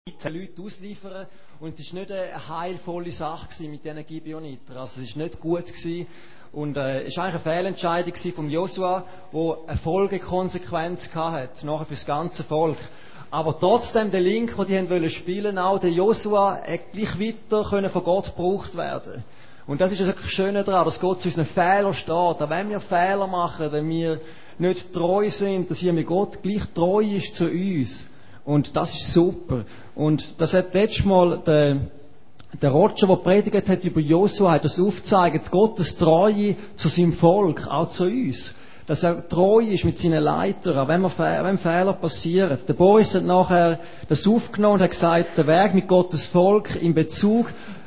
Leute ausliefern. Und es war nicht eine heilvolle Sache mit diesen Gibeoniter. Also es war nicht gut gewesen. Und es war eigentlich eine Fehlentscheidung von Josua, die eine Folgekonsequenz hatte, nachher für das ganze Volk. Aber trotzdem, der Link, den die spielen wollten, auch der Josua, hat gleich weiter von Gott gebraucht werden. Und das ist das Schöne daran, dass Gott zu unseren Fehlern steht. Auch wenn wir Fehler machen, wenn wir nicht treu sind, dass hier mit Gott gleich treu ist zu uns. Und das ist super. Und das hat letztes Mal der Roger, der predigt hat über Josua, hat das aufgezeigt, Gottes Treue zu seinem Volk, auch zu uns. Dass er treu ist mit seinen Leitern, auch wenn Fehler passieren. Der Boris hat nachher das aufgenommen und hat gesagt, der Weg mit Gottes Volk in Bezug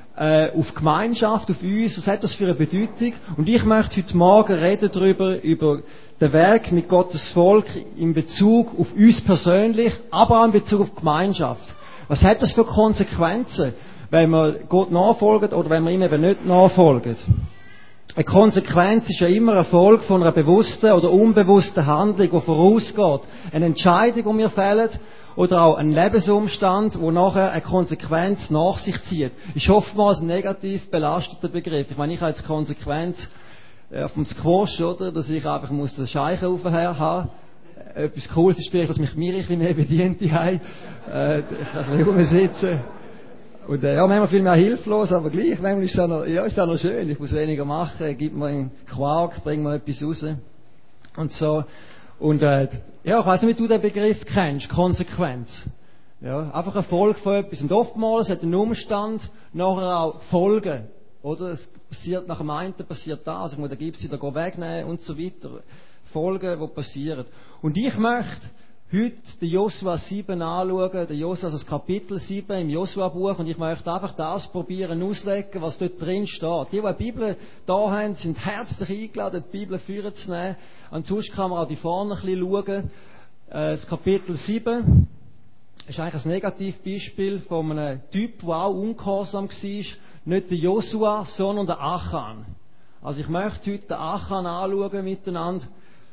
auf Gemeinschaft, auf uns, was hat das für eine Bedeutung? Und ich möchte heute Morgen reden über den Weg mit Gottes Volk in Bezug auf uns persönlich, aber auch in Bezug auf Gemeinschaft. Was hat das für Konsequenzen, wenn wir Gott nachfolgen oder wenn wir ihm eben nicht nachfolgen? Eine Konsequenz ist ja immer eine Folge von einer bewussten oder unbewussten Handlung, die vorausgeht. Eine Entscheidung, die wir fällen, oder auch ein Lebensumstand, wo nachher eine Konsequenz nach sich zieht. Ist oftmals ein negativ belasteter Begriff. Ich meine, ich habe jetzt Konsequenz vom Squash, oder? Dass ich einfach den Scheichen aufhören haben. Etwas Cooles ist vielleicht, dass mich mir ein bisschen mehr bedient haben. Ich kann ein bisschen rumsitzen. Und manchmal fühle ich mich auch hilflos, aber gleich, manchmal ist es auch noch schön. Ich muss weniger machen, gibt mir einen Quark, bringt mir etwas raus. Und so. Und ich weiß nicht, wie du den Begriff kennst, Konsequenz. Ja, einfach eine Folge von etwas. Und oftmals hat ein Umstand nachher auch Folgen. Oder? Es passiert nach dem einen passiert das, ich muss den Gips wieder wegnehmen und so weiter. Folgen, die passieren. Und ich möchte heute den Josua 7 anschauen, den Josua, also das Kapitel 7 im Josua-Buch, und ich möchte einfach das probieren auszulegen, was dort drin steht. Die Bibel da haben, sind herzlich eingeladen, die Bibel führen zu nehmen. Ansonsten kann man auch die vorne ein bisschen schauen. Das Kapitel 7 ist eigentlich ein Negativbeispiel von einem Typ, der auch ungehorsam war. Nicht der Josua, sondern der Achan. Also ich möchte heute den Achan anschauen miteinander.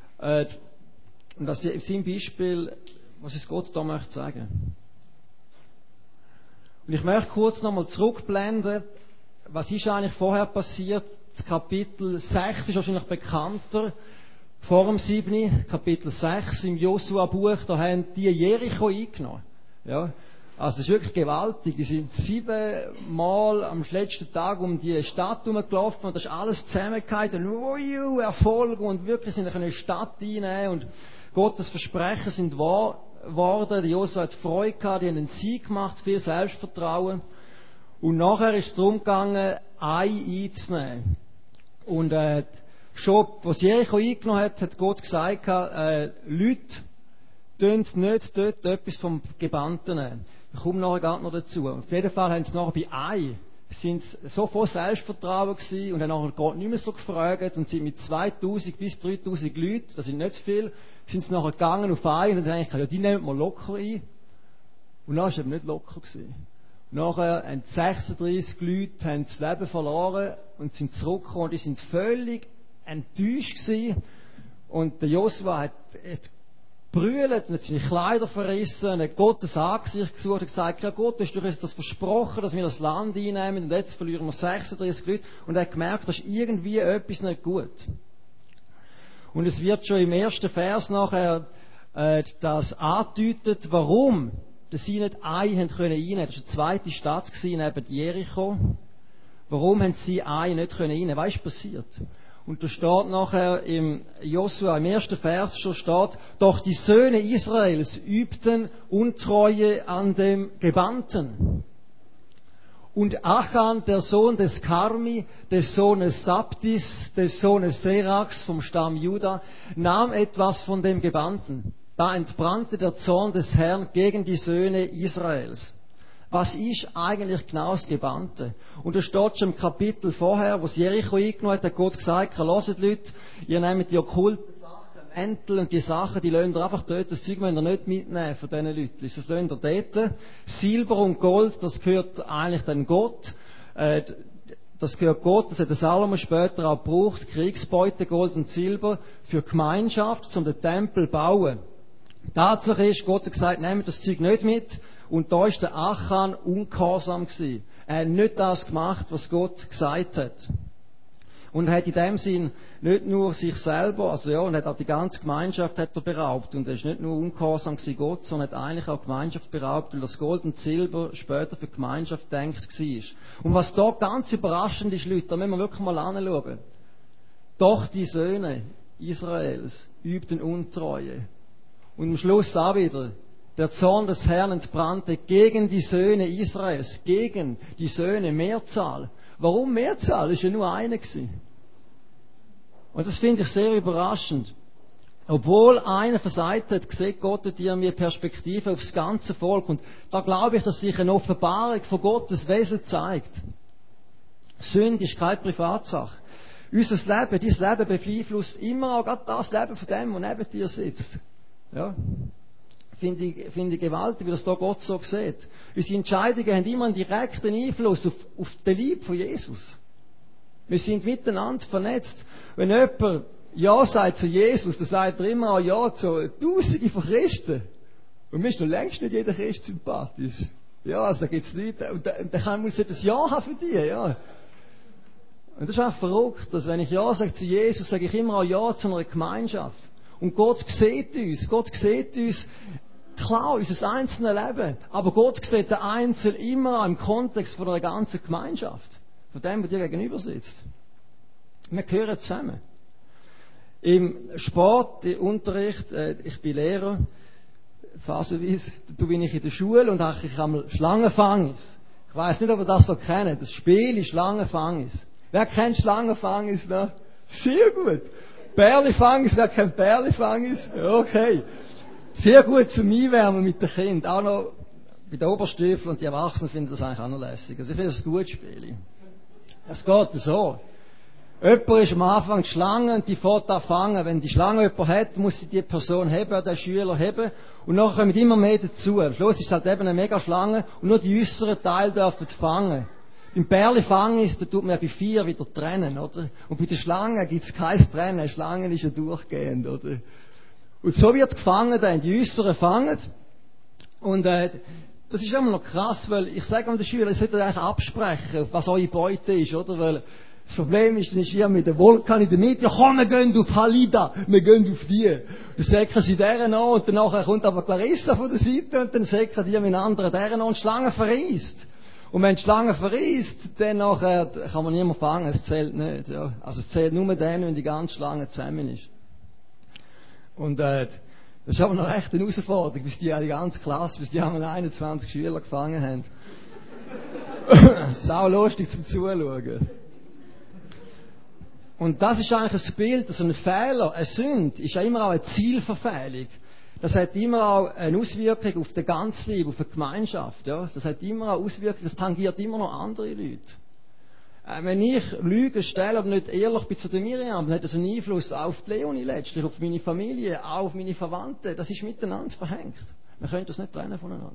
Und das ist sein Beispiel, was uns Gott da möchte sagen. Und ich möchte kurz nochmal zurückblenden, was ist eigentlich vorher passiert. Das Kapitel 6 ist wahrscheinlich bekannter. Vor dem 7. Kapitel 6 im Josua-Buch, da haben die Jericho eingenommen. Ja. Also es ist wirklich gewaltig. Die sind 7 Mal am letzten Tag um die Stadt herumgelaufen und das ist alles zusammengehalten und Erfolg und wirklich sind in eine Stadt einnehmen und Gottes Versprechen sind wahr geworden. Die Josua hat Freude gehabt, die haben einen Sieg gemacht, viel Selbstvertrauen. Und nachher ist es darum gegangen, Ai einzunehmen. Und schon, was Jericho eingenommen hat, hat Gott gesagt, Leute, tönt nicht dort etwas vom Gebannten nehmen. Ich komme nachher gerade noch dazu. Auf jeden Fall haben sie nachher bei Ai sind so voll Selbstvertrauen gewesen und haben nachher Gott nicht mehr so gefragt und sind mit 2000 bis 3000 Leuten, das sind nicht zu viel, sind sie nachher gegangen auf Ai und haben gedacht, ja, die nehmen wir locker ein. Und dann war es eben nicht locker gewesen. Und nachher haben 36 Leute haben das Leben verloren und sind zurückgekommen und die sind völlig enttäuscht gewesen. Und der Josua hat brüllt und hat seine Kleider verrissen und hat Gottes Angesicht gesucht und gesagt, ja Gott, du hast uns das versprochen, dass wir das Land einnehmen und jetzt verlieren wir 36 Leute. Und er hat gemerkt, da ist irgendwie etwas nicht gut. Und es wird schon im ersten Vers nachher das angedeutet, warum sie nicht Ai haben können einnehmen. Das war eine zweite Stadt neben Jericho. Warum haben sie Ai nicht können einnehmen? Was ist passiert? Und da steht nachher im Josua, im ersten Vers schon steht, doch die Söhne Israels übten Untreue an dem Gebannten. Und Achan, der Sohn des Karmi, des Sohnes Sabdis, des Sohnes Serax vom Stamm Juda, nahm etwas von dem Gebannten. Da entbrannte der Zorn des Herrn gegen die Söhne Israels. Was ist eigentlich genau das Gebannte? Und da steht schon im Kapitel vorher, wo es Jericho eingenommen hat, hat Gott gesagt, hört Leute, ihr nehmt die okkulten Sachen, Mäntel und die Sachen, die lasst ihr einfach dort, das Zeug müsst ihr nicht mitnehmen von diesen Leuten. Das lasst ihr dort. Silber und Gold, das gehört eigentlich dann Gott. Das gehört Gott, das hat der Salomo später auch gebraucht, Kriegsbeute, Gold und Silber, für Gemeinschaft, um den Tempel zu bauen. Tatsache ist, Gott hat gesagt, nehmt das Zeug nicht mit. Und da ist der Achan ungehorsam gewesen. Er hat nicht das gemacht, was Gott gesagt hat. Und er hat in dem Sinn nicht nur sich selber, und hat auch die ganze Gemeinschaft hat er beraubt. Und er ist nicht nur ungehorsam gewesen Gott, sondern hat eigentlich auch die Gemeinschaft beraubt, weil das Gold und Silber später für die Gemeinschaft gedacht war. Und was da ganz überraschend ist, Leute, da müssen wir wirklich mal anschauen. Doch die Söhne Israels übten Untreue. Und am Schluss auch wieder, der Zorn des Herrn entbrannte gegen die Söhne Israels, gegen die Söhne, Mehrzahl. Warum Mehrzahl? Es war ja nur einer gewesen. Und das finde ich sehr überraschend. Obwohl einer versagt hat, sieht Gott in dir mir Perspektive aufs ganze Volk. Und da glaube ich, dass sich eine Offenbarung von Gottes Wesen zeigt. Sünde ist keine Privatsache. Unser Leben, dein Leben beeinflusst immer auch gerade das Leben von dem, der neben dir sitzt. Ja. Finde ich gewaltig, wie das da Gott so sieht. Unsere Entscheidungen haben immer einen direkten Einfluss auf den Leib von Jesus. Wir sind miteinander vernetzt. Wenn jemand Ja sagt zu Jesus, dann sagt er immer auch Ja zu Tausende von Christen. Und mir ist noch längst nicht jeder Christ sympathisch. Ja, also da gibt es Leute, und dann muss er das Ja haben für die, ja. Und das ist einfach verrückt, dass wenn ich Ja sage zu Jesus, sage ich immer auch Ja zu einer Gemeinschaft. Und Gott sieht uns, klar, unser einzelnes Leben, aber Gott sieht den Einzelnen immer im Kontext von einer ganzen Gemeinschaft, von dem, der dir gegenüber sitzt. Wir gehören zusammen. Im Sportunterricht, ich bin Lehrer, phasenweise, da bin ich in der Schule und ich habe Schlangenfangis. Ich weiss nicht, ob ihr das so kennt. Das Spiel ist Schlangenfangis. Wer kennt Schlangenfangis noch? Sehr gut. Bärlifangis, wer kennt Bärlifangis? Okay. Sehr gut zum Einwärmen mit den Kindern. Auch noch bei den Oberstiefeln, und die Erwachsenen finden das eigentlich auch noch lässig. Also ich finde das ein gutes Spiel. Es geht so. Jemand ist am Anfang die Schlange und die fährt an fangen. Wenn die Schlange jemand hat, muss sie die Person heben, den Schüler heben. Und nachher kommen immer mehr dazu. Am Schluss ist es halt eben eine mega Schlange und nur die äußeren Teile dürfen fangen. Beim Bärlifangis, da tut man ja bei 4 wieder trennen, oder? Und bei den Schlangen gibt es kein Trennen. Schlangen ist ja durchgehend, oder? Und so wird gefangen dann, die Äußeren fangen. Und das ist immer noch krass, weil ich sage an den Schülern, ihr solltet eigentlich absprechen, was eure Beute ist, oder? Weil das Problem ist, dann ist hier mit der Vulkan in der Mitte, ja komm, wir gehen auf Halida, wir gehen auf die. Dann säckern sie deren an und danach kommt aber Clarissa von der Seite und dann säckern die mit den anderen deren an und die Schlange verreist. Und wenn die Schlange verreist, dann nachher kann man niemand fangen, es zählt nicht. Ja. Also es zählt nur dann, wenn die ganze Schlange zusammen ist. Und das ist aber noch echt eine Herausforderung, bis die ganze Klasse, bis die haben 21 Schüler gefangen haben. Sau lustig zum Zuschauen. Und das ist eigentlich ein Bild, dass ein Fehler, eine Sünde, ist ja immer auch eine Zielverfehlung. Das hat immer auch eine Auswirkung auf den ganzen Leben, auf die Gemeinschaft. Ja. Das hat immer eine Auswirkung, das tangiert immer noch andere Leute. Wenn ich Lügen stelle oder nicht ehrlich bin zu der Miriam, dann hat das einen Einfluss auf die Leonie letztlich, auf meine Familie, auch auf meine Verwandten. Das ist miteinander verhängt. Wir können das nicht trennen voneinander.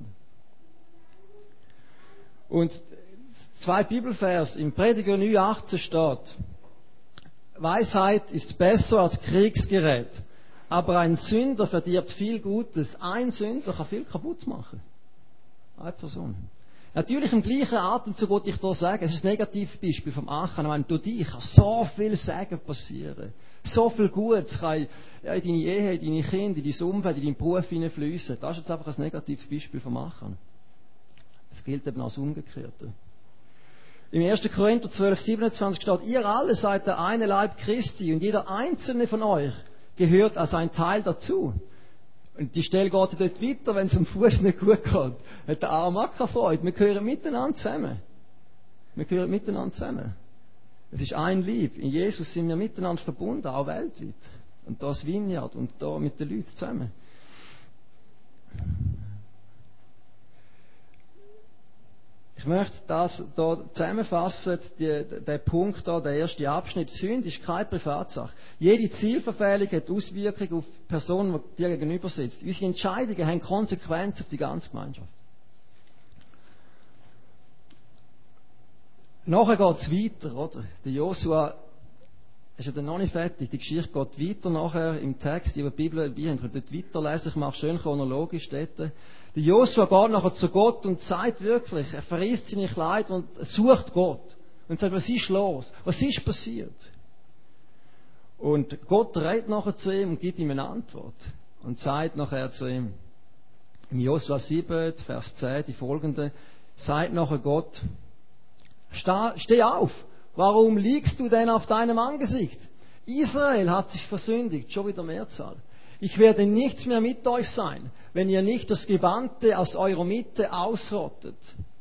Und 2 Bibelvers im Prediger 9,18 steht: Weisheit ist besser als Kriegsgerät, aber ein Sünder verdirbt viel Gutes. Ein Sünder kann viel kaputt machen. Eine Person. Natürlich im gleichen Atemzug wollte ich da sagen, es ist ein Negativbeispiel vom Achan. Wenn du dich, kann so viel Segen passieren. So viel Gutes kann in deine Ehe, in deine Kinder, in dein Umfeld, in deinen Beruf hineinfließen. Das ist jetzt einfach ein negatives Beispiel vom Achan. Das gilt eben als Umgekehrte. Im 1. Korinther 12,27 steht: Ihr alle seid der eine Leib Christi und jeder einzelne von euch gehört als ein Teil dazu. Und die Stelle geht dort weiter, wenn es dem Fuß nicht gut geht. Hat der Arm auch keine Freude. Wir gehören miteinander zusammen. Wir gehören miteinander zusammen. Es ist ein Lieb. In Jesus sind wir miteinander verbunden, auch weltweit. Und da ist Vineyard und da mit den Leuten zusammen. Ich möchte das hier zusammenfassen, den Punkt hier, der erste Abschnitt. Sünde ist keine Privatsache. Jede Zielverfehlung hat Auswirkungen auf die Person, die dir gegenüber sitzt. Unsere Entscheidungen haben Konsequenzen auf die ganze Gemeinschaft. Nachher geht es weiter, oder? Der Josua ist ja dann noch nicht fertig. Die Geschichte geht weiter nachher im Text, die Bibel dabei haben, könnt dort weiterlesen. Ich mache schön chronologisch dort. Der Josua geht nachher zu Gott und sagt wirklich, er verrißt seine Kleider und sucht Gott. Und sagt, was ist los? Was ist passiert? Und Gott redet nachher zu ihm und gibt ihm eine Antwort. Und sagt nachher zu ihm, im Josua 7, Vers 10, die folgende, sagt nachher Gott, steh auf! Warum liegst du denn auf deinem Angesicht? Israel hat sich versündigt, schon wieder Mehrzahl. Ich werde nicht mehr mit euch sein, wenn ihr nicht das Gebannte aus eurer Mitte ausrottet.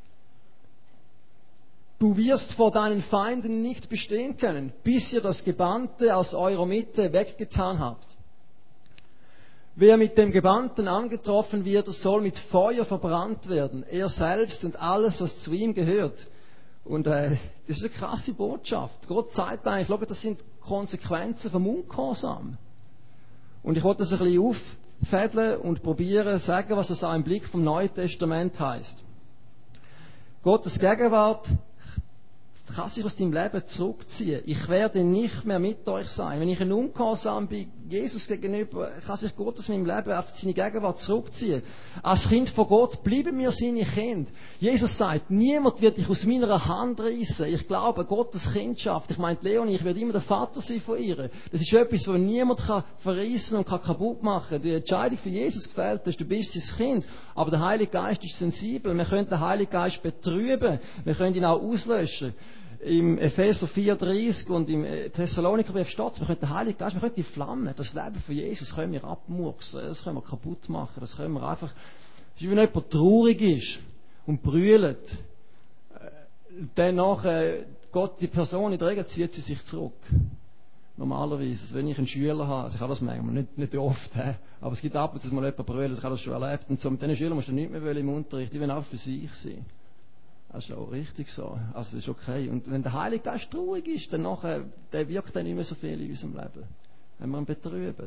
Du wirst vor deinen Feinden nicht bestehen können, bis ihr das Gebannte aus eurer Mitte weggetan habt. Wer mit dem Gebannten angetroffen wird, soll mit Feuer verbrannt werden, er selbst und alles, was zu ihm gehört. Und das ist eine krasse Botschaft. Gott sagt eigentlich, schau, das sind Konsequenzen vom Ungehorsam. Und ich wollte das ein bisschen auffädeln und probieren, sagen, was das auch im Blick vom Neuen Testament heißt. Gottes Gegenwart kann sich aus deinem Leben zurückziehen. Ich werde nicht mehr mit euch sein. Wenn ich ein Ungehorsam bin, Jesus gegenüber, kann sich Gott aus meinem Leben auf seine Gegenwart zurückziehen. Als Kind von Gott bleiben wir seine Kinder. Jesus sagt, niemand wird dich aus meiner Hand reissen. Ich glaube, Gottes Kindschaft. Ich meine, Leonie, ich werde immer der Vater sein von ihr. Das ist etwas, was niemand verreissen und kaputt machen kann. Die Entscheidung für Jesus gefällt hast, du bist sein Kind. Aber der Heilige Geist ist sensibel. Wir können den Heiligen Geist betrüben. Wir können ihn auch auslöschen. Im Epheser 4,30 und im Thessalonikerbrief steht es, wir können den Heiligen Geist, wir können die Flamme, das Leben von Jesus können wir abmurksen, das können wir kaputt machen, das können wir einfach, es ist wie wenn jemand traurig ist und brüllt, danach Gott, die Person in der Regel zieht sie sich zurück. Normalerweise, wenn ich einen Schüler habe, also ich habe das manchmal, nicht oft, aber es gibt ab und zu mal jemanden brüllen, ich habe das schon erlebt, und so mit diesen Schülern musst du nicht mehr im Unterricht, die wollen auch für sich sein. Das ist auch richtig so. Also das ist okay. Und wenn der Heilige Geist traurig ist, dann nachher, der wirkt dann nicht mehr so viel in unserem Leben. Wenn wir ihn betrüben.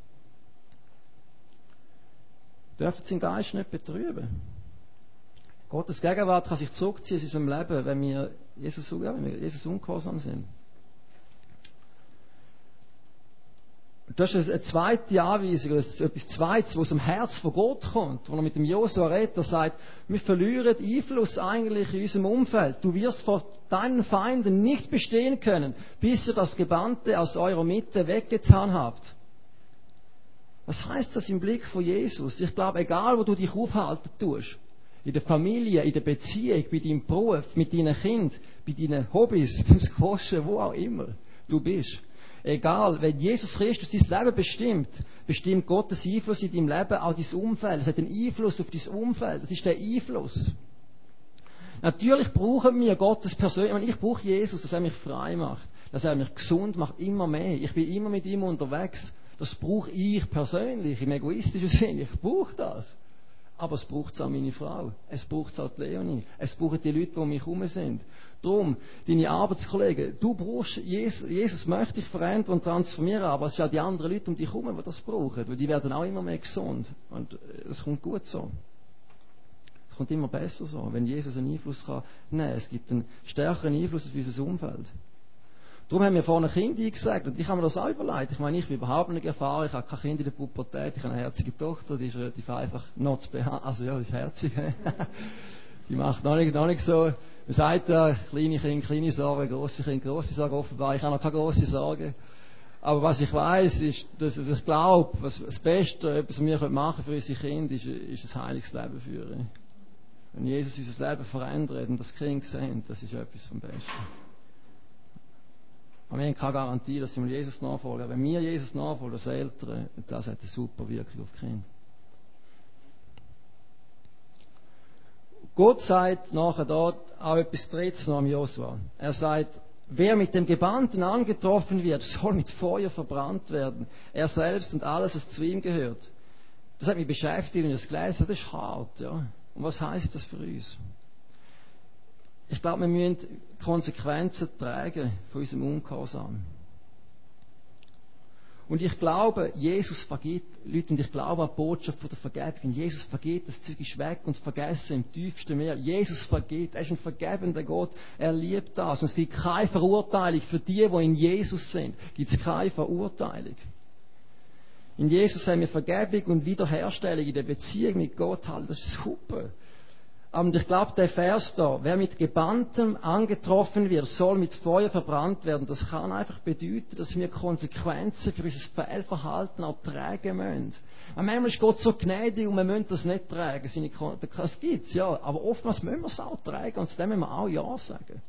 Wir dürfen seinen Geist nicht betrüben. Gottes Gegenwart kann sich zurückziehen in unserem Leben, wenn wir Jesus ungehorsam sind. Das ist eine zweite Anweisung, etwas Zweites, was aus dem Herz von Gott kommt, wo er mit dem Josua redet, er sagt, wir verlieren Einfluss eigentlich in unserem Umfeld. Du wirst vor deinen Feinden nicht bestehen können, bis ihr das Gebannte aus eurer Mitte weggetan habt. Was heißt das im Blick von Jesus? Ich glaube, egal wo du dich aufhalten tust, in der Familie, in der Beziehung, bei deinem Beruf, mit deinen Kindern, bei deinen Hobbys, beim Squashen, wo auch immer du bist. Egal, wenn Jesus Christus dein Leben bestimmt Gottes Einfluss in deinem Leben auch dein Umfeld. Es hat einen Einfluss auf dein Umfeld. Das ist der Einfluss. Natürlich brauchen wir Gottes persönlich. Ich brauche Jesus, dass er mich frei macht, dass er mich gesund macht, immer mehr. Ich bin immer mit ihm unterwegs. Das brauche ich persönlich, im egoistischen Sinn. Ich brauche das. Aber es braucht auch meine Frau. Es braucht auch die Leonie. Es brauchen die Leute, die um mich herum sind. Darum, deine Arbeitskollegen, du brauchst Jesus. Jesus möchte dich verändern und transformieren, aber es sind auch die anderen Leute um dich herum, die das brauchen. Weil die werden auch immer mehr gesund. Und es kommt gut so. Es kommt immer besser so, wenn Jesus einen Einfluss kann nehmen. Es gibt einen stärkeren Einfluss auf unser Umfeld. Darum haben wir vorne Kinder eingesagt und ich habe mir das auch überlegt. Ich meine, ich bin überhaupt nicht erfahren, ich habe kein Kind in der Pubertät, ich habe eine herzige Tochter, die ist relativ einfach noch zu behandeln. Also ja, die ist herzig. Die macht noch nicht so, man sagt ja, kleine Kinder, kleine Sorgen, grosse Kinder, grosse Sorgen. Offenbar, ich habe noch keine grosse Sorgen. Aber was ich weiss, ist, dass ich glaube, das Beste, was wir machen für unsere Kinder, ist ein heiliges Leben führen. Wenn Jesus unser Leben verändert und das Kind sehen, das ist etwas vom Besten. Aber wir haben keine Garantie, dass wir Jesus nachfolgen. Wenn wir Jesus nachfolgen, als Eltern, das hat eine super Wirkung auf die Kinder. Gott sagt nachher dort auch etwas Drittes noch am Josua. Er sagt, wer mit dem Gebannten angetroffen wird, soll mit Feuer verbrannt werden. Er selbst und alles, was zu ihm gehört. Das hat mich beschäftigt, und das gelesen habe. Das ist hart, ja. Und was heißt das für uns? Ich glaube, wir müssen Konsequenzen tragen von unserem Ungehorsam. Und ich glaube, Jesus vergibt Leute, und ich glaube an die Botschaft von der Vergebung. Jesus vergibt, das Zeug ist weg und vergessen im tiefsten Meer. Jesus vergibt, er ist ein vergebender Gott, er liebt das. Und es gibt keine Verurteilung für die in Jesus sind. Gibt es keine Verurteilung. In Jesus haben wir Vergebung und Wiederherstellung in der Beziehung mit Gott. Halt, das ist super. Aber ich glaube, der Vers da, wer mit Gebanntem angetroffen wird, soll mit Feuer verbrannt werden. Das kann einfach bedeuten, dass wir Konsequenzen für unser Fehlverhalten auch tragen müssen. Und manchmal ist Gott so gnädig und wir müssen das nicht tragen. Das gibt es, ja. Aber oftmals müssen wir es auch tragen und zu dem müssen wir auch Ja sagen.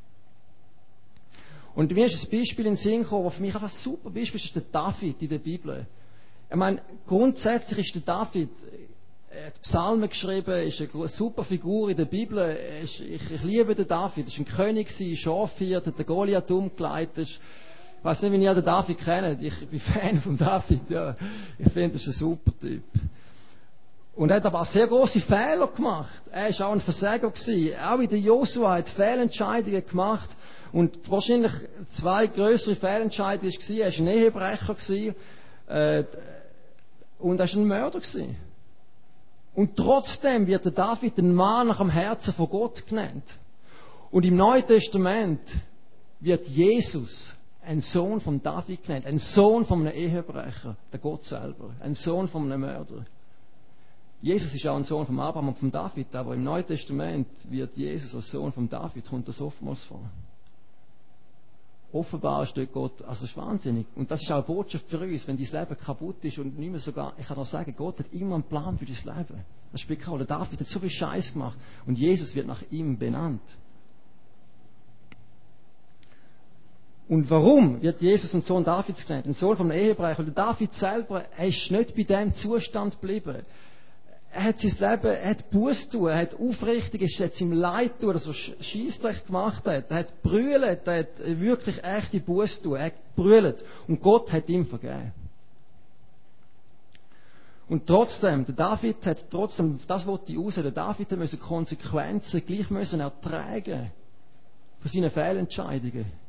Und mir ist ein Beispiel in den Sinn gekommen, das für mich einfach ein super Beispiel ist, ist der David in der Bibel. Ich meine, grundsätzlich ist der David, er hat Psalmen geschrieben, ist eine super Figur in der Bibel. Ich liebe den David. Er war ein König, Schafhirt, hat den Goliath umgeleitet. Ich weiß nicht, wie ihr den David kennt. Ich bin Fan von David. Ja. Ich finde, er ist ein super Typ. Und er hat aber auch sehr große Fehler gemacht. Er war auch ein Versager gewesen. Auch in der Josua hat Fehlentscheidungen gemacht. Und wahrscheinlich 2 grössere Fehlentscheidungen waren, er war ein Ehebrecher gewesen, und er war ein Mörder gewesen. Und trotzdem wird der David ein Mann nach dem Herzen von Gott genannt. Und im Neuen Testament wird Jesus ein Sohn von David genannt, ein Sohn von einem Ehebrecher, der Gott selber, ein Sohn von einem Mörder. Jesus ist auch ein Sohn von Abraham und von David, aber im Neuen Testament wird Jesus als Sohn von David, kommt das oftmals vor. Offenbar ist dort Gott, also das ist wahnsinnig. Und das ist auch eine Botschaft für uns, wenn dein Leben kaputt ist und nicht mehr sogar, ich kann auch sagen, Gott hat immer einen Plan für dein Leben. Das spielt keine Rolle. David hat so viel Scheiß gemacht und Jesus wird nach ihm benannt. Und warum wird Jesus ein Sohn Davids genannt? Ein Sohn vom Ehebrecher? Weil der David selber, er ist nicht bei diesem Zustand geblieben. Er hat sein Leben, er hat Buß tun, er hat aufrichtig, er hat seinem Leid tun, dass er Scheissdreck gemacht hat. Er hat brüllt, er hat wirklich echte Buß tun, er hat brüllt. Und Gott hat ihm vergeben. Und trotzdem, der David hat trotzdem, das wollte ich raus, der David hat Konsequenzen gleich müssen ertragen von seinen Fehlentscheidungen.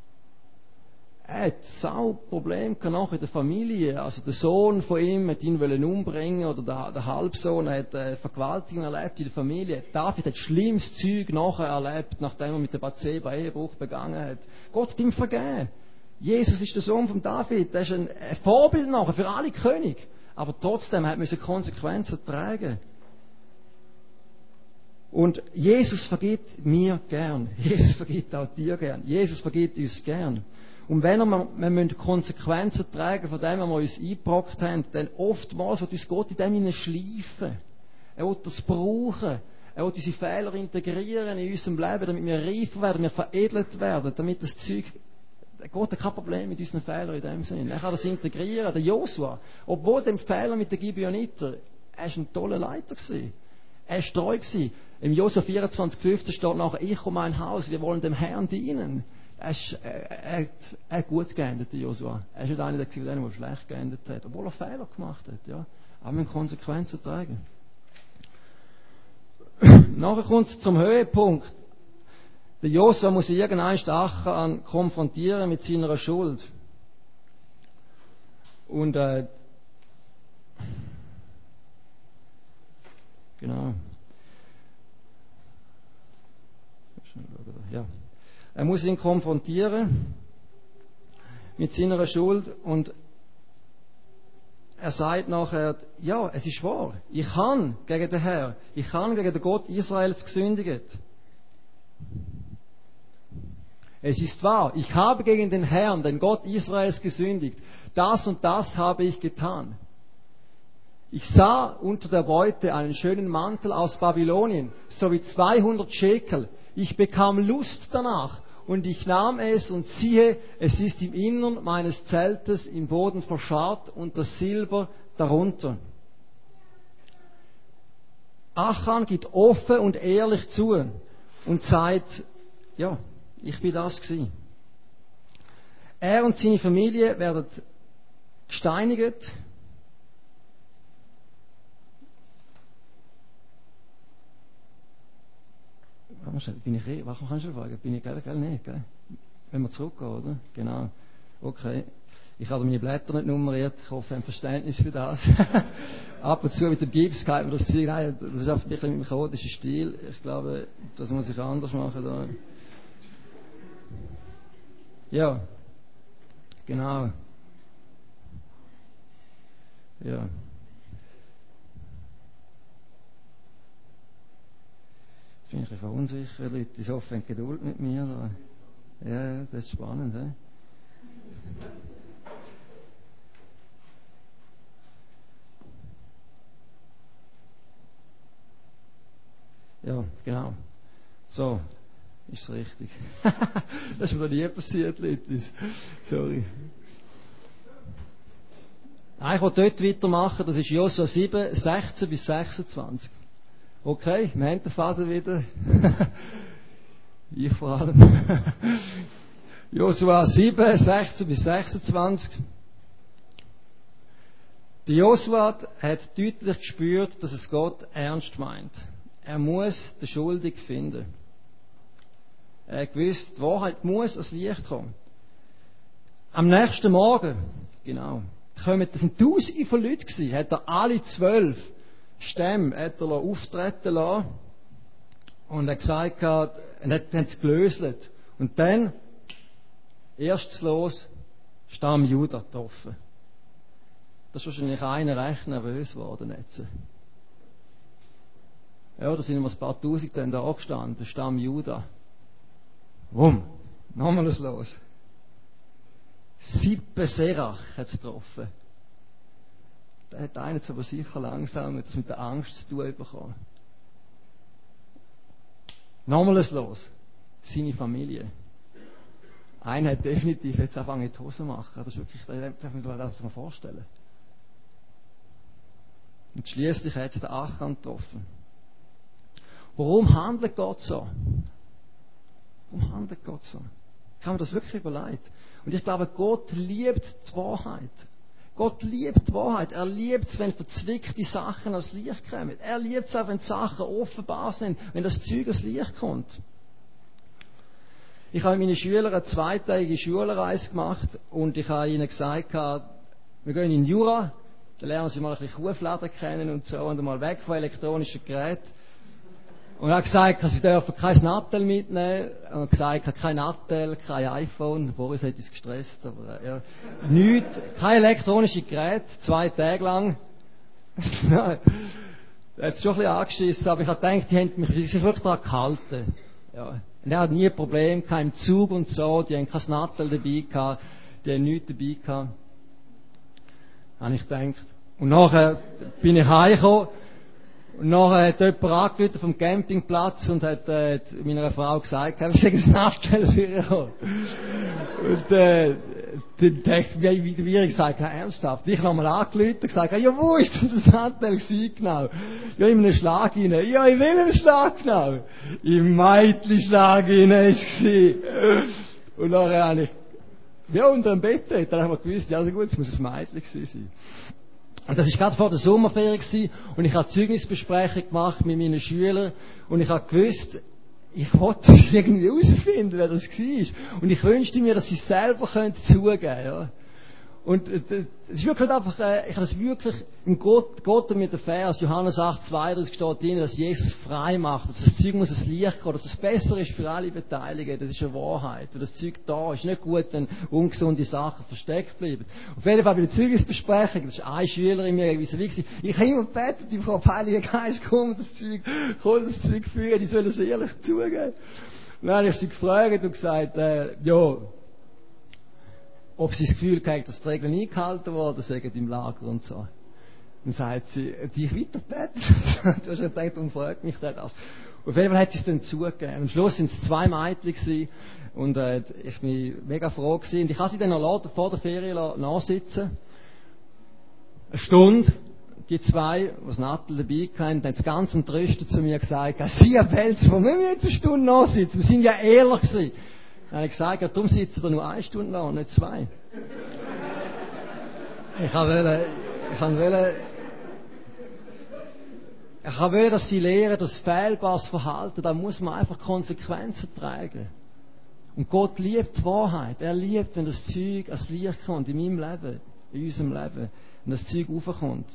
Er hat sau Probleme noch in der Familie. Also der Sohn von ihm hat ihn umbringen oder der Halbsohn hat Vergewaltigung erlebt in der Familie. David hat schlimmes Zeug nachher erlebt, nachdem er mit der Bathseba Ehebruch begangen hat. Gott hat ihm vergeben. Jesus ist der Sohn von David. Er ist ein Vorbild nachher für alle Könige. Aber trotzdem hat er Konsequenzen tragen. Und Jesus vergibt mir gern. Jesus vergibt auch dir gern. Jesus vergibt uns gern. Und wenn wir müssen Konsequenzen tragen von dem, was wir uns eingebrockt haben, dann oftmals wird uns Gott in dem schleifen. Er will das brauchen. Er will unsere Fehler integrieren in unserem Leben, damit wir reifer werden, wir veredelt werden, damit das Zeug... Gott hat kein Problem mit unseren Fehlern in dem Sinn. Er kann das integrieren. Der Josua, obwohl dem Fehler mit den Gibeoniter, er war ein toller Leiter gewesen. Er war treu gewesen. Im Josua 24,15 steht nachher, ich und mein Haus, wir wollen dem Herrn dienen. Er hat gut geendet, der Josua. Er ist nicht einer der schlecht geendet hat, obwohl er Fehler gemacht hat. Ja. Aber wir müssen Konsequenzen tragen. Nachher kommt es zum Höhepunkt. Der Josua muss irgendeinen Achan konfrontieren mit seiner Schuld. Und genau. Ja. Er muss ihn konfrontieren mit seiner Schuld und er sagt nachher, ja, es ist wahr, ich habe gegen den Herrn, ich habe gegen den Gott Israels gesündigt. Es ist wahr, ich habe gegen den Herrn, den Gott Israels, gesündigt. Das und das habe ich getan. Ich sah unter der Beute einen schönen Mantel aus Babylonien, sowie 200 Schekel. Ich bekam Lust danach und ich nahm es und siehe, es ist im Innern meines Zeltes im Boden verscharrt und das Silber darunter. Achan gibt offen und ehrlich zu und sagt, ja, ich bin das gewesen. Er und seine Familie werden gesteinigt. Warum kannst du fragen? Bin ich gell? Nicht, gell? Wenn wir zurückgehen, oder? Genau. Okay. Ich habe meine Blätter nicht nummeriert, ich hoffe, ihr habt Verständnis für das. Ab und zu mit dem Gips geht mir das Zeug, nein, das ist einfach ein bisschen mit dem chaotischen Stil. Ich glaube, das muss ich anders machen da. Ja, genau. Ja. Jetzt bin ich ein bisschen verunsichert, Leute. Ich hoffe, ihr habt Geduld mit mir. Ja, das ist spannend, he? Ja, genau. So, ist es richtig. Das ist mir noch nie passiert, Leute. Sorry. Ich will dort weitermachen, das ist Josua 7, 16 bis 26. Okay, wir haben den Faden wieder. Ich vor allem. Josua 7, 16 bis 26. Der Josua hat deutlich gespürt, dass es Gott ernst meint. Er muss den Schuldigen finden. Er hat gewusst, die Wahrheit muss ans Licht kommen. Am nächsten Morgen, genau, das sind Tausende von Leuten gewesen, hat er alle 12 Stämme auftreten lassen und er hat gesagt, und hat es gelöselt. Und dann, erstes Los, Stamm Juda getroffen. Das ist wahrscheinlich einer recht nervös geworden jetzt. Ja, da sind immer ein paar Tausend dann da angestanden, Stamm Juda. Wumm, nochmal ein Los. 7 Serach hat es getroffen. Da hat einer aber sicher langsam das mit der Angst zu tun bekommen. Nochmal ein Los. Seine Familie. Einer hat definitiv jetzt angefangen in die Hose zu machen. Das ist wirklich, das darf man vorstellen. Und schließlich hat es den Achan getroffen. Warum handelt Gott so? Warum handelt Gott so? Ich habe mir das wirklich überlegt. Und ich glaube, Gott liebt die Wahrheit. Gott liebt die Wahrheit. Er liebt es, wenn verzwickte Sachen ans Licht kommen. Er liebt es auch, wenn die Sachen offenbar sind, wenn das Zeug ans Licht kommt. Ich habe mit meinen Schülern eine 2-tägige Schulreise gemacht und ich habe ihnen gesagt, wir gehen in den Jura, da lernen sie mal ein bisschen Kuhfladen kennen und so und mal weg von elektronischen Geräten. Und er hat gesagt, sie dürfen kein Nattel mitnehmen. Und er hat gesagt, kein Nattel, kein iPhone. Boris hat uns gestresst, aber ja. Nichts, kein elektronisches Gerät, 2 Tage lang. Er hat es schon ein bisschen angeschissen, aber ich habe gedacht, die haben sich wirklich daran gehalten. Ja. Und er hat nie ein Problem, kein Zug und so, die haben kein Nattel dabei gehabt, die haben nichts dabei gehabt. Habe ich gedacht. Und nachher bin ich heimgekommen. Und nachher hat jemand angerufen vom Campingplatz und hat meiner Frau gesagt, wir sagen das Nachstellen für ihr. Und dann dachte ich, wie ich gesagt habe, ernsthaft. Ich nochmal angerufen und gesagt, ja, wo ist denn das Handel genau? Ja, in einem Schlag rein. Ja, in welchem Schlag genau? Im Meitli-Schlag rein ist es. Und nachher habe ich, ja, unter dem Bett, dann haben wir gewusst, ja, also gut, es muss ein Meitli sein. Und das war gerade vor der Sommerferien gewesen, und ich habe Zeugnisbesprechung gemacht mit meinen Schülern und ich habe gewusst, ich wollte irgendwie herausfinden, wer das war. Und ich wünschte mir, dass sie es selber zugeben können. Ja. Und es ist wirklich einfach, ich habe das wirklich im Gott mit der Vers, Johannes 8,2, da steht drin, dass Jesus frei macht, dass das Zeug muss ins Licht gehen, dass es besser ist für alle Beteiligten, das ist eine Wahrheit. Und das Zeug da ist nicht gut, wenn ungesunde Sachen versteckt bleiben. Auf jeden Fall bei der Zeugnisbesprechung, das ist eine Schülerin mir vis-à-vis, ich habe immer gebetet, die Frau Heilige Geist, komm das Zeug führen, die sollen es ehrlich zugeben. Und dann habe ich sie gefragt und gesagt, ja, ob sie das Gefühl haben, dass die Regeln eingehalten worden sind im Lager und so. Dann sagt sie, die ich weiterbeten. Du hast ja gedacht, warum fragt mich das? Auf jeden Fall hat sie es dann zugegeben. Am Schluss waren es 2 Mädchen gewesen, und ich bin mega froh gewesen. Und ich habe sie dann noch vor der Ferien nachsitzen. Eine Stunde. Die 2, die das Nattel dabei hatten, haben ganz entrüstet zu mir gesagt, Sie, Herr Pelz, wo müssen wir jetzt eine Stunde nachsitzen? Wir sind ja ehrlich gewesen. Dann habe ich gesagt, ja, darum sitzen wir nur 1 Stunde lang, nicht 2. Ich will, dass sie lernen, dass fehlbares Verhalten, da muss man einfach Konsequenzen tragen. Und Gott liebt die Wahrheit. Er liebt, wenn das Zeug ans Licht kommt, in meinem Leben, in unserem Leben, wenn das Zeug raufkommt.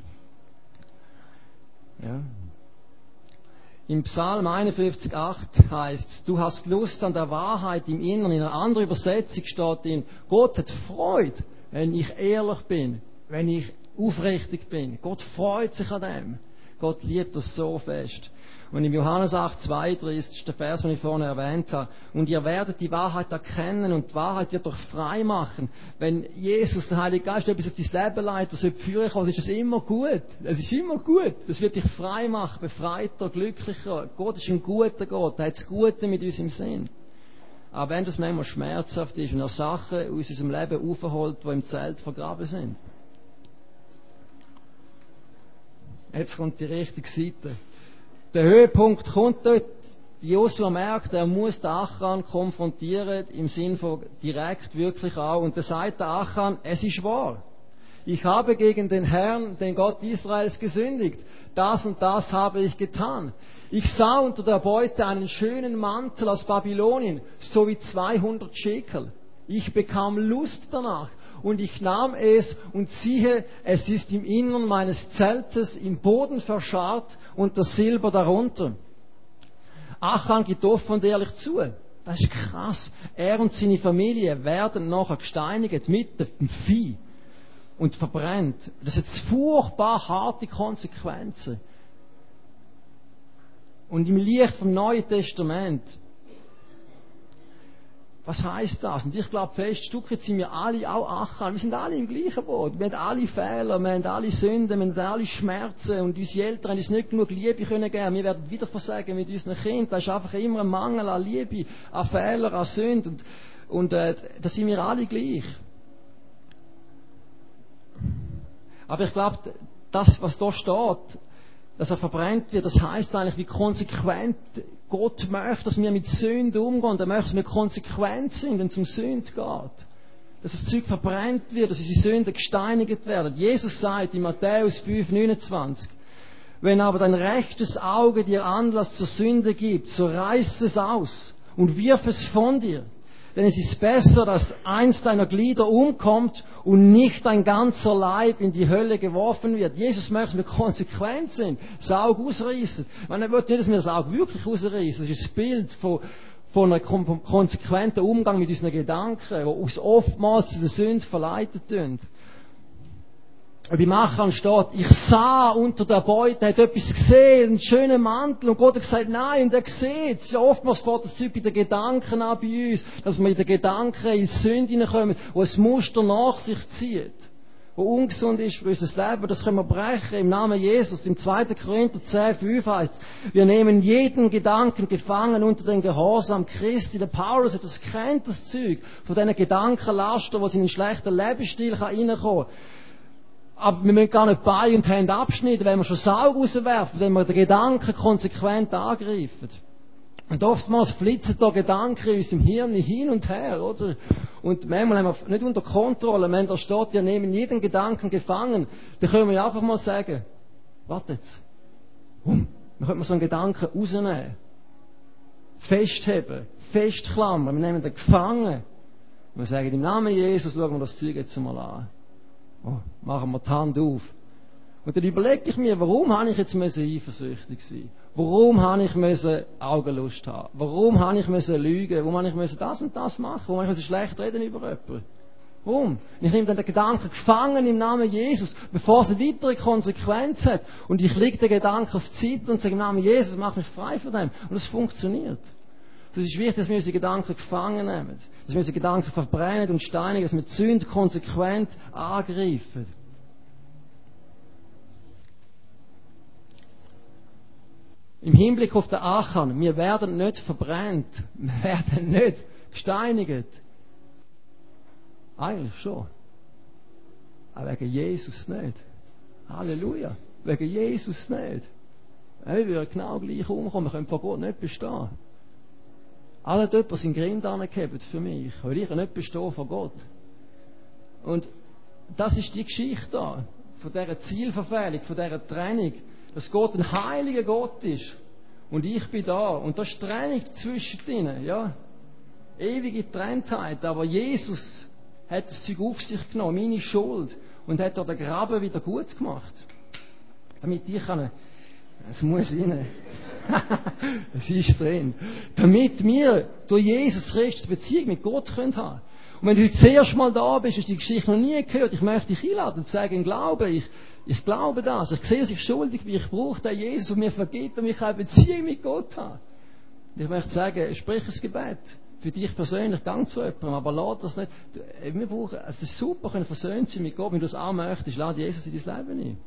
Ja. Im Psalm 51,8 heißt es, du hast Lust an der Wahrheit im Inneren. In einer anderen Übersetzung steht in, Gott hat Freude, wenn ich ehrlich bin, wenn ich aufrichtig bin. Gott freut sich an dem. Gott liebt das so fest. Und im Johannes 8,32 ist der Vers, den ich vorhin erwähnt habe. Und ihr werdet die Wahrheit erkennen und die Wahrheit wird euch frei machen. Wenn Jesus, der Heilige Geist, etwas auf dein Leben leitet, was führen kann, ist es immer gut. Es ist immer gut. Das wird dich frei machen, befreiter, glücklicher. Gott ist ein guter Gott. Er hat das Gute mit uns im Sinn. Aber wenn das manchmal schmerzhaft ist und er Sachen aus unserem Leben aufholt, die im Zelt vergraben sind. Jetzt kommt die richtige Seite. Der Höhepunkt kommt dort. Josua merkt, er muss den Achan konfrontieren, im Sinn von direkt wirklich auch. Und da sagt der Achan, es ist wahr. Ich habe gegen den Herrn, den Gott Israels, gesündigt. Das und das habe ich getan. Ich sah unter der Beute einen schönen Mantel aus Babylonien, sowie 200 Schekel. Ich bekam Lust danach. Und ich nahm es und siehe, es ist im Innern meines Zeltes im Boden verscharrt und das Silber darunter. Achan gibt offen und ehrlich zu. Das ist krass. Er und seine Familie werden nachher gesteinigt mit dem Vieh und verbrennt. Das hat furchtbar harte Konsequenzen. Und im Licht vom Neuen Testament, was heisst das? Und ich glaube fest, ein Stück weit sind wir alle auch Achan. Wir sind alle im gleichen Boot. Wir haben alle Fehler, wir haben alle Sünden, wir haben alle Schmerzen und unsere Eltern haben uns nicht genug Liebe können geben. Wir werden wieder versagen mit unseren Kindern. Das ist einfach immer ein Mangel an Liebe, an Fehlern, an Sünden. Und da sind wir alle gleich. Aber ich glaube, das, was da steht, dass er verbrennt wird, das heisst eigentlich, wie konsequent Gott möchte, dass wir mit Sünden umgehen. Er möchte, dass wir konsequent sind, wenn es um Sünde geht. Dass das Zeug verbrennt wird, dass unsere Sünden gesteinigt werden. Jesus sagt in Matthäus 5,29, wenn aber dein rechtes Auge dir Anlass zur Sünde gibt, so reiß es aus und wirf es von dir. Denn es ist besser, dass eins deiner Glieder umkommt und nicht dein ganzer Leib in die Hölle geworfen wird. Jesus möchte, dass wir konsequent sind, das Auge ausreißen. Er will nicht, dass wir das Auge wirklich ausreißen. Das ist das Bild von einem konsequenten Umgang mit unseren Gedanken, die uns oftmals zu der Sünde verleitet tun. Beim Achan steht, ich sah unter der Beute, hat etwas gesehen, einen schönen Mantel, und Gott hat gesagt, nein, und er sieht es. Ja, oftmals fährt das Zeug bei den Gedanken an bei uns, dass wir in den Gedanken in Sünde hineinkommen, wo ein Muster nach sich zieht, wo ungesund ist für unser Leben. Das können wir brechen im Namen Jesus. Im 2. Korinther 10,5 heißt es, wir nehmen jeden Gedanken gefangen unter den Gehorsam Christi. Der Paulus hat das kennt, das Zeug, von diesen Gedankenlaster, die in einen schlechten Lebensstil reinkommen kann. Aber wir müssen gar nicht Beine und Hände abschneiden, wenn wir schon Sauge rauswerfen, wenn wir den Gedanken konsequent angreifen. Und oftmals flitzen da Gedanken in unserem Hirn hin und her, oder? Und manchmal haben wir nicht unter Kontrolle. Wenn da steht, wir nehmen jeden Gedanken gefangen, dann können wir einfach mal sagen, warte jetzt. Dann könnte man so einen Gedanken rausnehmen. Festheben, festklammern, wir nehmen den gefangen. Und wir sagen, im Namen Jesus schauen wir das Zeug jetzt mal an. Oh, machen wir die Hand auf. Und dann überlege ich mir, warum habe ich jetzt eifersüchtig sein? Warum habe ich Augenlust haben? Warum habe ich lügen? Warum habe ich das und das machen? Warum habe ich schlecht reden über jemanden? Warum? Ich nehme dann den Gedanken gefangen im Namen Jesus, bevor es eine weitere Konsequenz hat. Und ich lege den Gedanken auf die Seite und sage im Namen Jesus, mach mich frei von dem. Und es funktioniert. Es ist wichtig, dass wir unsere Gedanken gefangen nehmen. Dass wir unsere Gedanken verbrennen und steinigen, dass wir die Sünde konsequent angreifen. Im Hinblick auf den Achan, wir werden nicht verbrennt. Wir werden nicht gesteinigt. Eigentlich schon. Aber wegen Jesus nicht. Halleluja. Wegen Jesus nicht. Wir würden genau gleich umkommen. Wir können vor Gott nicht bestehen. Alle hat jemand seinen Grind angegeben für mich, weil ich nicht bestehe vor Gott. Und das ist die Geschichte da, von dieser Zielverfehlung, von dieser Trennung, dass Gott ein heiliger Gott ist und ich bin da. Und da ist Trennung zwischen ihnen, ja. Ewige Getrenntheit. Aber Jesus hat das Zeug auf sich genommen, meine Schuld, und hat dort den Graben wieder gut gemacht. Damit ich kann... Es muss rein. Es ist drin. Damit wir durch Jesus Christus Beziehung mit Gott haben können. Und wenn du heute das erste Mal da bist, hast du die Geschichte noch nie gehört, ich möchte dich einladen und sagen, glaube, ich glaube das. Ich sehe, dass ich schuldig bin. Ich brauche den Jesus, der mir vergibt und ich eine Beziehung mit Gott habe. Und ich möchte sagen, sprich ein Gebet. Für dich persönlich, gang zu jemandem, aber lad das nicht. Wir brauchen, es ist super, können versöhnt sein mit Gott. Wenn du das auch möchtest, lad Jesus in dein Leben ein.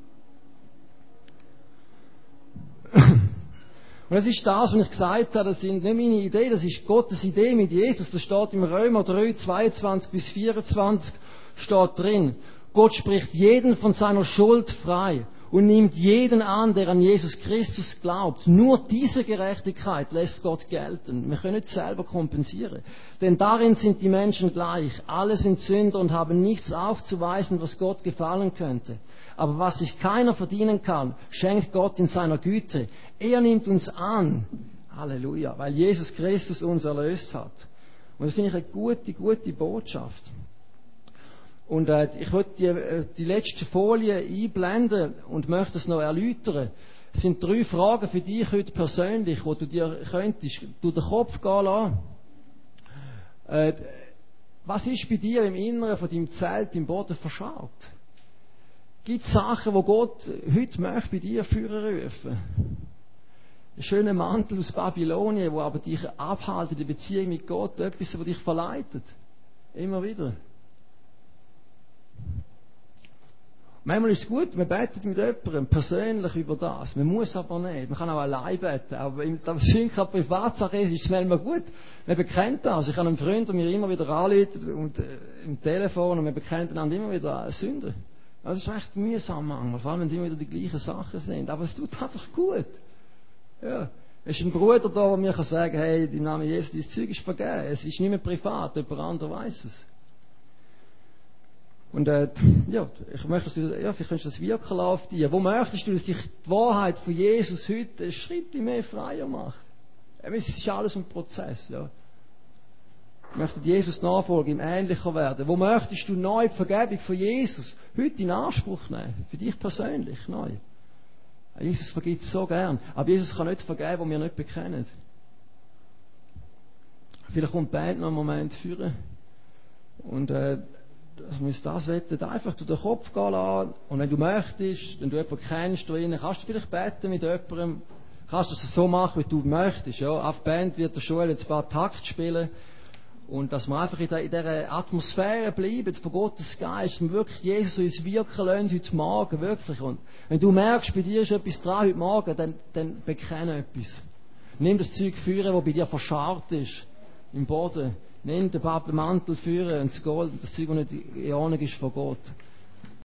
Und das ist das, was ich gesagt habe, das sind nicht meine Ideen, das ist Gottes Idee mit Jesus. Das steht im Römer 3, 22 bis 24, steht drin. Gott spricht jeden von seiner Schuld frei und nimmt jeden an, der an Jesus Christus glaubt. Nur diese Gerechtigkeit lässt Gott gelten. Wir können nicht selber kompensieren. Denn darin sind die Menschen gleich. Alle sind Sünder und haben nichts aufzuweisen, was Gott gefallen könnte. Aber was sich keiner verdienen kann, schenkt Gott in seiner Güte. Er nimmt uns an. Halleluja. Weil Jesus Christus uns erlöst hat. Und das finde ich eine gute Botschaft. Und ich wollte die letzte Folie einblenden und möchte es noch erläutern. Es sind 3 Fragen für dich heute persönlich, wo du dir könntest durch den Kopf gehen lassen. Was ist bei dir im Inneren von deinem Zelt im Boden verschaut? Gibt es Sachen, die Gott heute möchte bei dir führen rufen? Ein schöner Mantel aus Babylonien, wo aber dich abhält in der Beziehung mit Gott, etwas, was dich verleitet. Immer wieder. Manchmal ist es gut, man betet mit jemandem persönlich über das. Man muss aber nicht. Man kann auch allein beten. Aber wenn das keine Privatsache ist es manchmal gut. Man bekennt das. Ich habe einen Freund, der mir immer wieder anruft und im Telefon und wir bekennen einander immer wieder Sünden. Das ist echt mühsam manchmal, vor allem wenn es immer wieder die gleichen Sachen sind. Aber es tut einfach gut. Ja. Es ist ein Bruder da, der mir sagen kann, hey, im Namen Jesus, dein Zeug ist vergeben. Es ist nicht mehr privat, jemand anderes weiss es. Und ja, ich möchte, dass du, vielleicht könntest du das wirken auf dir. Wo möchtest du, dass dich die Wahrheit von Jesus heute einen Schritt mehr freier macht? Es ist alles ein Prozess. Ja. Ich möchte Jesus nachfolgen, ihm ähnlicher werden. Wo möchtest du neu die Vergebung von Jesus heute in Anspruch nehmen? Für dich persönlich neu. Jesus vergibt so gern. Aber Jesus kann nicht vergeben, was wir nicht bekennen. Vielleicht kommt die Band noch einen Moment führen. Und dass wir uns das wetten, einfach durch den Kopf gehen lassen. Und wenn du möchtest, wenn du jemanden kennst, kannst du vielleicht beten mit jemandem. Kannst du es so machen, wie du möchtest. Ja. Auf die Band wird der Joel jetzt ein paar Takt spielen. Und dass wir einfach in dieser Atmosphäre bleiben von Gottes Geist und wirklich Jesus uns wirken lassen heute Morgen, wirklich. Und wenn du merkst, bei dir ist etwas dran heute Morgen, dann bekenne etwas. Nimm das Zeug führen, das bei dir verscharrt ist, im Boden. Nimm den Mantel führen und das Gold, das Zeug, das nicht in Ordnung ist von Gott.